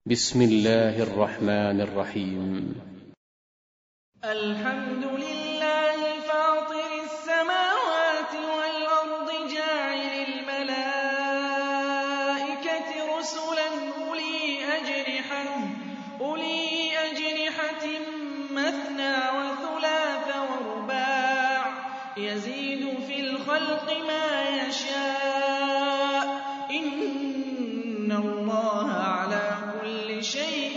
بسم الله الرحمن الرحيم. الحمد لله فاطر السماوات والأرض جاعل الملائكة رسلا أولي أجنحة مثنى وثلاث ورباع يزيد في الخلق ما يشاء إن الله على كل شيء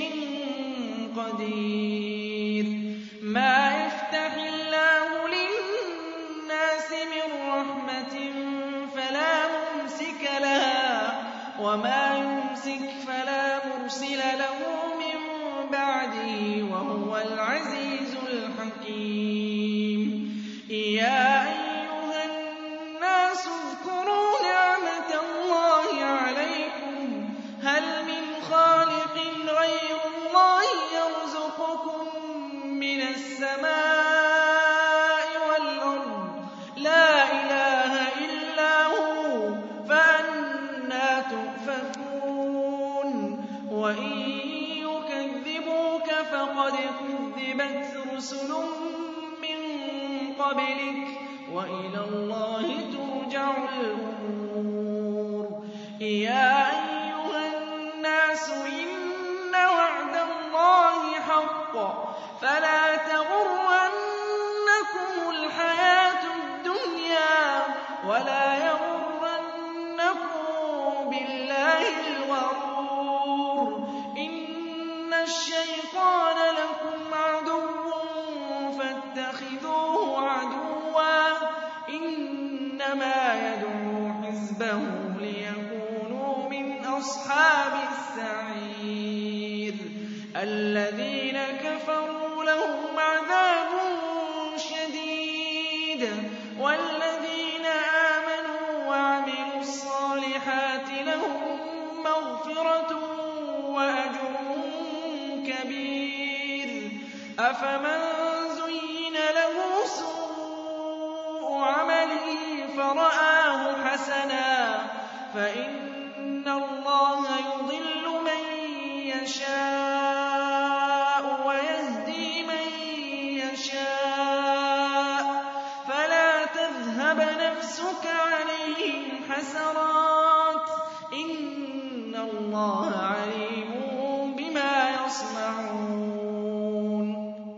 قدير. ما يفتح الله للناس من رحمة فلا ممسك لها وما يمسك فلا مرسل له من بعده وهو العزيز الحكيم. يا أيها الناس اذكروا نعمة الله عليكم هل من خالق غير الله يرزقكم من السماء والأرض لا إله إلا هو فأنى تؤفكون. وإن يكذبوك فقد كذبت رسل من قبلك وإلى الله ترجع الأمور. يا أيها الناس إن وعد الله حق فلا تغرنكم الحياة الدنيا ولا يغرنكم بالله الغرور. إن الشيطان لكم عدو فاتخذوه عدوا إنما يدعو حزبه ليكونوا من أصحاب السعير. الذين كفروا لهم عذاب شديد والذين آمنوا وعملوا الصالحات لهم مغفرة وأجر كبير. أفمن زين له سوء عمله فرآه حسنا فإن الله يضل من يشاء ويهدي من يشاء فلا تذهب نفسك عليهم حسرات إن الله عليم بما يصنعون.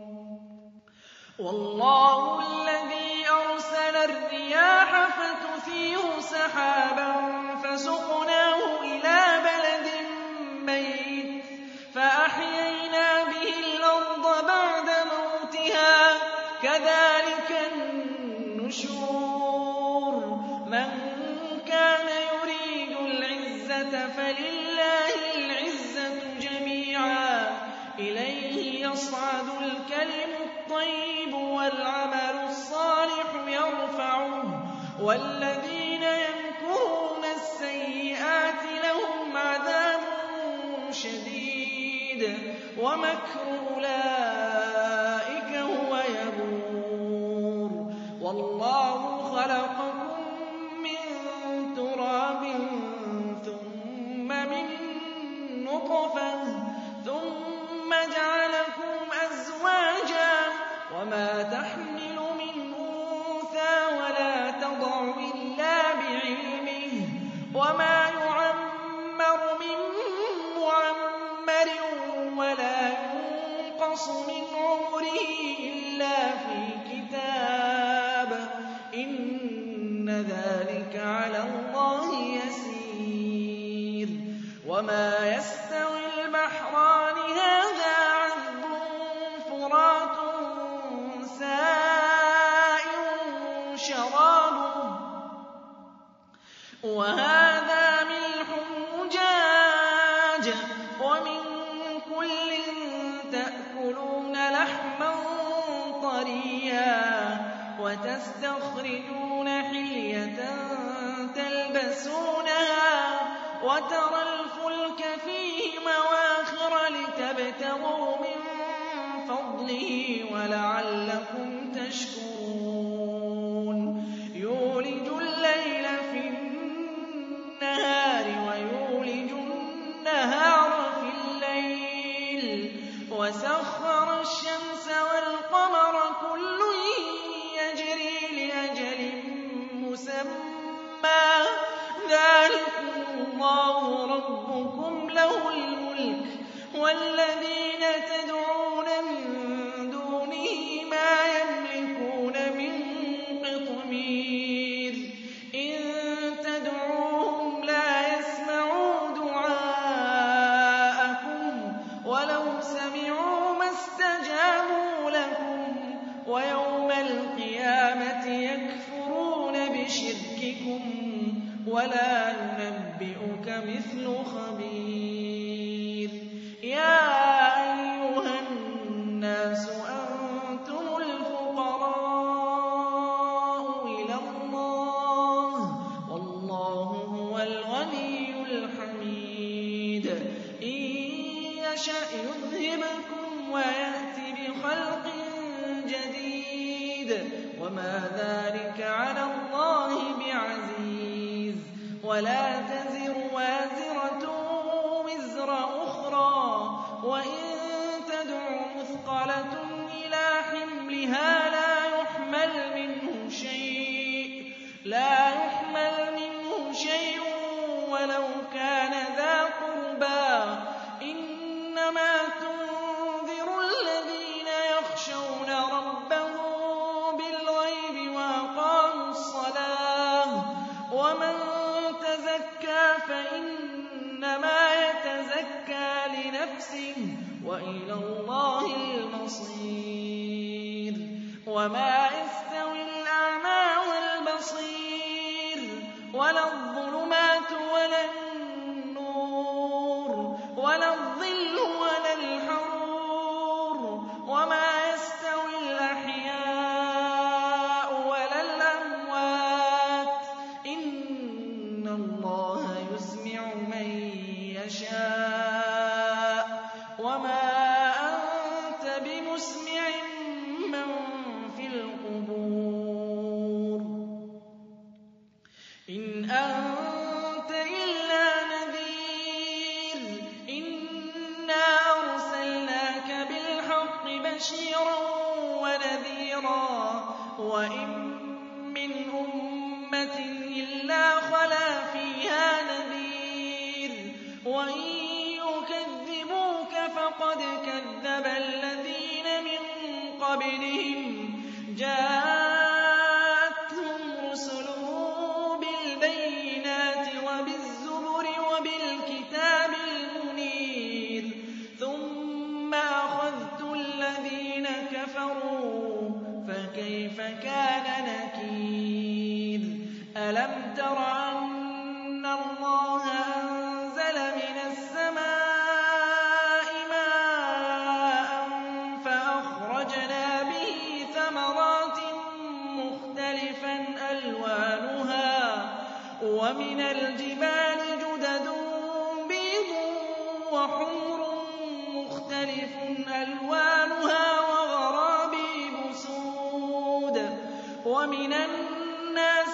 والله الذي أرسل الرياح فتثير سحابا فسقناه إلى بلد ميت فأحيينا به الأرض بعد موتها كذلك النشور. من كان يريد العزة فلله العزة جميعا إليه يصعد الكلم الطيب والعمل الصالح يرفعه والذين يمكرون السيئات لهم عذاب شديد ومكر أولئك هو يبور. والله خلقكم من تراب ثم من نطفة ثم جعلكم أزواجا وما تحمل من أنثى ولا تضع إلا بعلمه وما يعمر من معمر ولا ينقص من عمره إلا في كتاب إن ذلك على الله يسير. وما يستوي البحران هذا عذب فرات سائغ شرابه وهذا ملح أجاج ومن كل تأكلون لحما طريا وتستخرجون حلية تلبسونها وترى الفلك فيه مواخر لتبتغوا من فضله ولعلكم تشكرون. يولج الليل في النهار ويولج النهار في الليل وَسَخَّرَ الشَّمْسَ وَالْقَمَرَ كُلٌّ يَجْرِي لِأَجَلٍ مُّسَمًّى ۚ ذَٰلِكُمُ اللَّهُ رَبُّكُمْ لَهُ الْمُلْكُ ۚ وَالَّذِينَ تَدْعُونَ مِن دُونِهِ مَا يَمْلِكُونَ مِن قِطْمِيرٍ إِن تَدْعُوهُمْ لَا يَسْمَعُوا دُعَاءَكُمْ وَلَوْ سَمِعُوا مَا اسْتَجَابُوا لَكُمْ ۖ وَيَوْمَ الْقِيَامَةِ يَكْفُرُونَ بِشِرْكِكُمْ ۚ وَلَا يُنَبِّئُكَ مِثْلُ خَبِيرٍ يَا أَيُّهَا النَّاسُ أَنتُمُ الْفُقَرَاءُ إِلَى اللَّهِ ۖ وَاللَّهُ هُوَ الْغَنِيُّ الْحَمِيدُ إِن يَشَأْ يُذْهِبْكُمْ وَيَأْتِ بِخَلْقٍ جَدِيدٍ ۚ وَمَا ذَٰلِكَ عَلَى اللَّهِ بِعَزِيزٍ وَلَا تَزِرُ وَازِرَةٌ وِزْرَ أُخْرَىٰ ۚ وَإِن تَدْعُ مُثْقَلَةٌ إِلَىٰ حِمْلِهَا لَا يُحْمَلْ مِنْهُ شَيْءٌ وَلَوْ كَانَ ذَا قُرْبَىٰ ۗ إِنَّمَا تُنذِرُ الَّذِينَ يَخْشَوْنَ رَبَّهُم بِالْغَيْبِ وَأَقَامُوا الصَّلَاةَ ۚ وَمَن تَزَكَّىٰ فَإِنَّمَا يَتَزَكَّىٰ لِنَفْسِهِ ۚ وَإِلَى اللَّهِ الْمَصِيرُ وَمَا يَسْتَوِي الْأَعْمَىٰ وَالْبَصِيرُ وَلَا الظُّلُمَاتُ وَلَا النُّورُ وَلَا الظِّلُّ وَلَا الْحَرُورُ وَمَا يَسْتَوِي الْأَحْيَاءُ وَلَا الْأَمْوَاتُ ۚ إِنَّ اللَّهَ يُسْمِعُ مَن يَشَاءُ ۖ وَمَا أَنتَ بِمُسْمِعٍ مَّن فِي الْقُبُورِ إِنْ أَنتَ إِلَّا نَذِيرٌ إِنَّا أَرْسَلْنَاكَ بِالْحَقِّ بَشِيرًا وَنَذِيرًا ۚ وَإِن مِّنْ أُمَّةٍ إِلَّا خَلَا فِيهَا نَذِيرٌ ۚ وَإِن يُكَذِّبُوكَ فَقَدْ كَذَّبَ الَّذِينَ مِن قَبْلِهِمْ جَاءَتْهُمْ رُسُلُهُم بِالْبَيِّنَاتِ وَبِالزُّبُرِ وَبِالْكِتَابِ الْمُنِيرِ ثُمَّ أَخَذْتُ الَّذِينَ كَفَرُوا فَكَيْفَ كَانَ نَكِيرِ أَلَمْ تَرَ أَنَّ اللَّهَ أَنزَلَ مِنَ السَّمَاءِ مَاءً فَأَخْرَجْنَا بِهِ ثَمَرَاتٍ مُّخْتَلِفًا أَلْوَانُهَا ۚ وَمِنَ الْجِبَالِ جُدَدٌ بِيضٌ وَحُمْرٌ مُّخْتَلِفٌ أَلْوَانُهَا وَغَرَابِيبُ سُودٌ ۗ وَمِنَ النَّاسِ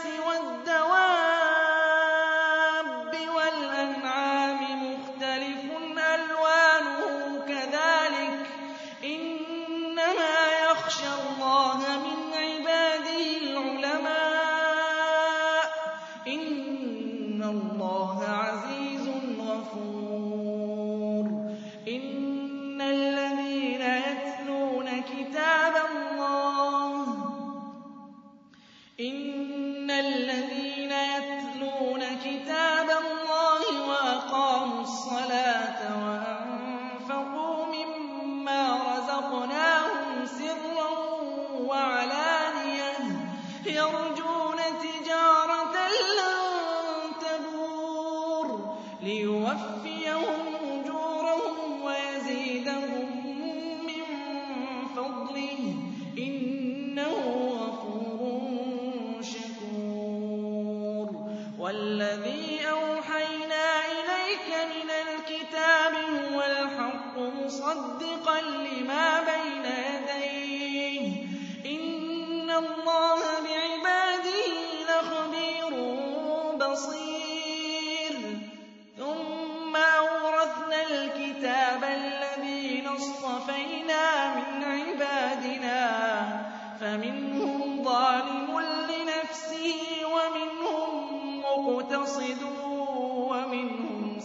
وَالدَّوَابِّ وَالْأَنْعَامِ مُخْتَلِفٌ أَلْوَانُهُ كَذَٰلِكَ ۗ إِنَّمَا يَخْشَى اللَّهَ مِنْ عِبَادِهِ الْعُلَمَاءُ ۗ إِنَّ اللَّهَ عَزِيزٌ غَفُورٌ إِنَّ الَّذِينَ يَتْلُونَ كِتَابَ اللَّهِ وَأَقَامُوا الصَّلَاةَ وَأَنفَقُوا مِمَّا رَزَقْنَاهُمْ سِرًّا وَعَلَانِيَةً يَرْجُونَ تِجَارَةً لَّن تَبُورَ لِيُوَفِّيَهُمْ أُجُورَهُمْ وَيَزِيدَهُم مِّن فَضْلِهِ ۚ إِنَّهُ غَفُورٌ شَكُورٌ وَالَّذِي أَوْحَيْنَا إِلَيْكَ مِنَ الْكِتَابِ هُوَ الْحَقُّ مُصَدِّقًا لِّمَا بَيْنَ يَدَيْهِ ۗ إِنَّ اللَّهَ بِعِبَادِهِ لَخَبِيرٌ بَصِيرٌ ثُمَّ أَوْرَثْنَا الْكِتَابَ الَّذِينَ اصْطَفَيْنَا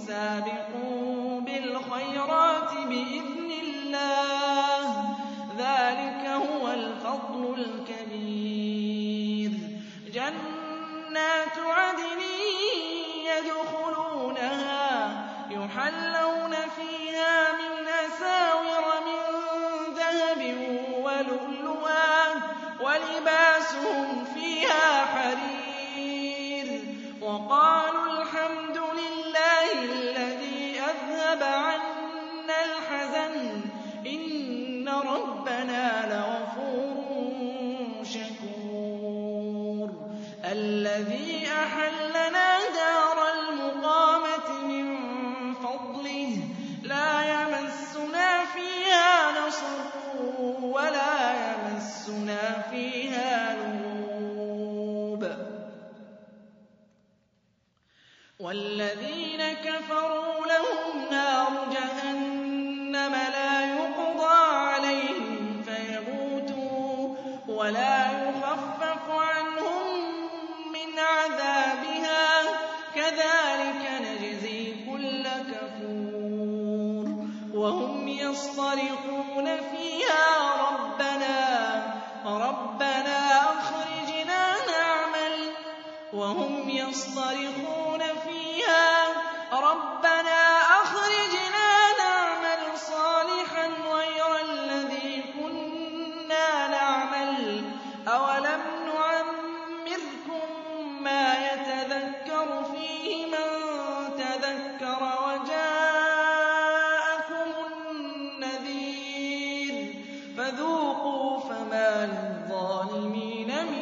سَابِقُوا بِالْخَيْرَاتِ بِإِذْنِ اللَّهِ ۚ ذَٰلِكَ هُوَ الْفَضْلُ الْكَبِيرُ. جَنَّاتُ عَدْنٍ يَدْخُلُونَهَا يُحَلَّوْنَ فِيهَا مِنْ أَسَاوِرَ مِن ذَهَبٍ وَلُؤْلُؤًا وَلِبَاسُهُمْ فِيهَا حَرِيرٌ. وَقَالُوا الْحَمْدُ لِلَّهِ الَّذِي أَذْهَبَ عَنَّا الْحَزَنَ إِنَّ رَبَّنَا لَغَفُورٌ شَكُورٌ. الَّذِي أَحَلَّنَا دَارَ الْمُقَامَةِ مِن فَضْلِهِ لَا يَمَسُّنَا فِيهَا نَصَبٌ وَلَا يَمَسُّنَا فِيهَا لُغُوبٌ. وَالَّذِينَ كَفَرُوا لَهُمْ نَارُ جَهَنَّمَ لَا يُقْضَىٰ عَلَيْهِمْ فَيَمُوتُوا وَلَا يُخَفَّفُ عَنْهُم مِّنْ عَذَابِهَا ۚ كَذَٰلِكَ نَجْزِي كُلَّ كَفُورٍ. وَهُمْ يَصْطَرِخُونَ فِيهَا رَبَّنَا أَخْرِجْنَا نَعْمَلْ صَالِحًا غَيْرَ الَّذِي كُنَّا نَعْمَلْ ۚ أَوَلَمْ نُعَمِّرْكُم مَّا يَتَذَكَّرُ فِيهِ مَن تَذَكَّرَ وَجَاءَكُمُ النَّذِيرُ ۖ فَذُوقُوا فَمَا لِلظَّالِمِينَ مِن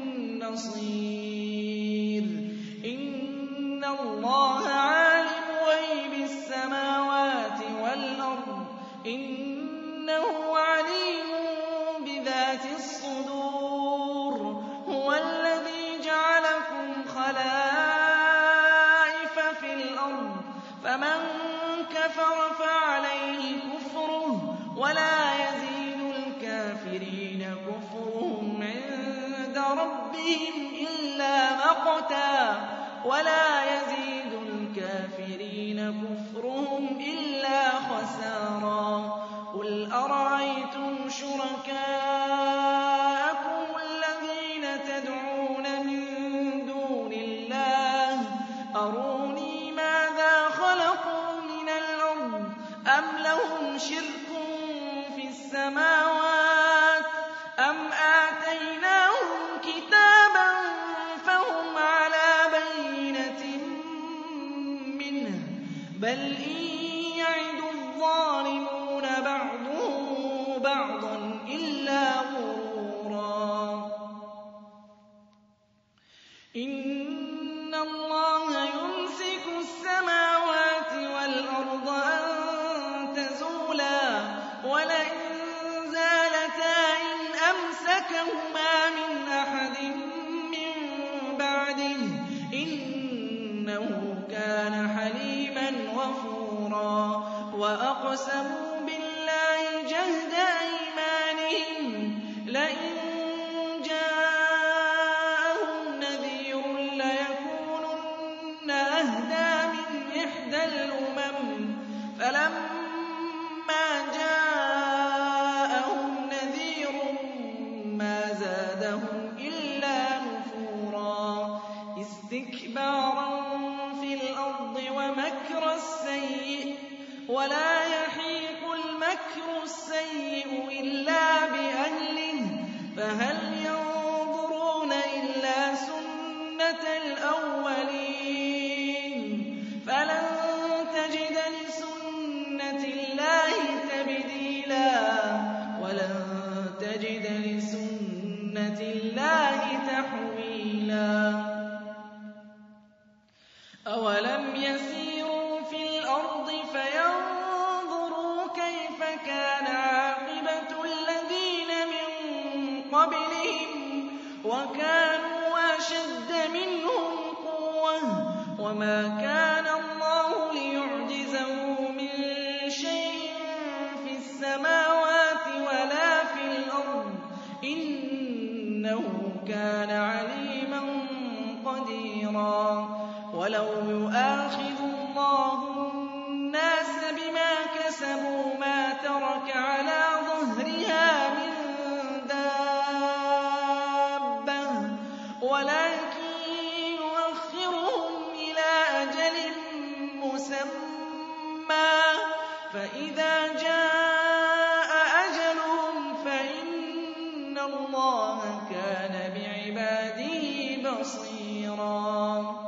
نَّصِيرٍ. إِنَّ اللَّهَ عَالِمُ غَيْبِ السَّمَاوَاتِ وَالْأَرْضِ ۚ إِنَّهُ عَلِيمٌ بِذَاتِ الصُّدُورِ. هُوَ الَّذِي جَعَلَكُمْ خَلَائِفَ فِي الْأَرْضِ ۚ فَمَن كَفَرَ فَعَلَيْهِ كُفْرُهُ ۖ وَلَا يَزِيدُ الْكَافِرِينَ كُفْرُهُمْ عِندَ رَبِّهِمْ إِلَّا مَقْتًا ۖ وَلَا يَزِيدُ الْكَافِرِينَ كُفْرُهُمْ إِلَّا خَسَارًا. قُلْ أَرَأَيْتُمْ شُرَكَاءَكُمُ الَّذِينَ تَدْعُونَ مِن دُونِ اللَّهِ أَرُونِي مَاذَا خَلَقُوا مِنَ الْأَرْضِ أَمْ لَهُمْ شِرْكٌ فِي السَّمَاوَاتِ أَمْ آتَيْنَاهُمْ كِتَابًا فَهُمْ عَلَىٰ بَيِّنَةٍ مِّنْهُ ۚ بَلْ إِن يَعِدُ الظَّالِمُونَ بَعْضُهُم بَعْضًا إِلَّا غُرُورًا. إِنَّ اللَّهَ يُمْسِكُ السَّمَاوَاتِ وَالْأَرْضَ أَن تَزُولَا وَلَئِن زَالَتَا إِنْ أَمْسَكَهُمَا مِنْ أَحَدٍ مِّن بَعْدِهِ ۚ إِنَّهُ كَانَ حَلِيمًا غَفُورًا. وَأَقْسَمُوا بِاللَّهِ جَهْدَ أَيْمَانِهِمْ لَئِن جَاءَهُمْ نَذِيرٌ لَّيَكُونُنَّ أَهْدَىٰ مِنْ إِحْدَى الْأُمَمِ ۖ فَلَمَّا جَاءَهُمْ نَذِيرٌ مَّا زَادَهُمْ إِلَّا نُفُورًا. اسْتِكْبَارًا فِي الْأَرْضِ وَمَكْرَ السَّيِّئِ ۚ وَلَا يَحِيقُ الْمَكْرُ السَّيِّئُ إِلَّا بِأَهْلِهِ ۚ فَهَلْ يَنظُرُونَ إِلَّا سُنَّتَ الْأَوَّلِينَ فَلَن تَجِدَ لِسُنَّةِ اللَّهِ تَبْدِيلًا وَلَن تَجِدَ لِسُنَّةِ اللَّهِ تَحْوِيلًا. أَوَلَمْ يَسِيرُوا فِي الْأَرْضِ فَيَنظُرُوا كَيْفَ كَانَ عَاقِبَةُ الَّذِينَ مِن قَبْلِهِمْ وَكَانُوا أَشَدَّ مِنْهُمْ قُوَّةً ۚ وَمَا كَانَ اللَّهُ لِيُعْجِزَهُ مِن شَيْءٍ فِي السَّمَاوَاتِ وَلَا فِي الْأَرْضِ ۚ إِنَّهُ كَانَ عَلِيمًا قَدِيرًا. وَلَوْ يُؤَاخِذُ اللَّهُ النَّاسَ بِمَا كَسَبُوا مَا تَرَكَ عَلَىٰ ظَهْرِهَا مِن دَابَّةٍ وَلَٰكِن يُؤَخِّرُهُمْ إِلَىٰ أَجَلٍ مُّسَمًّى ۖ فَإِذَا جَاءَ أَجَلُهُمْ فَإِنَّ اللَّهَ كَانَ بِعِبَادِهِ بَصِيرًا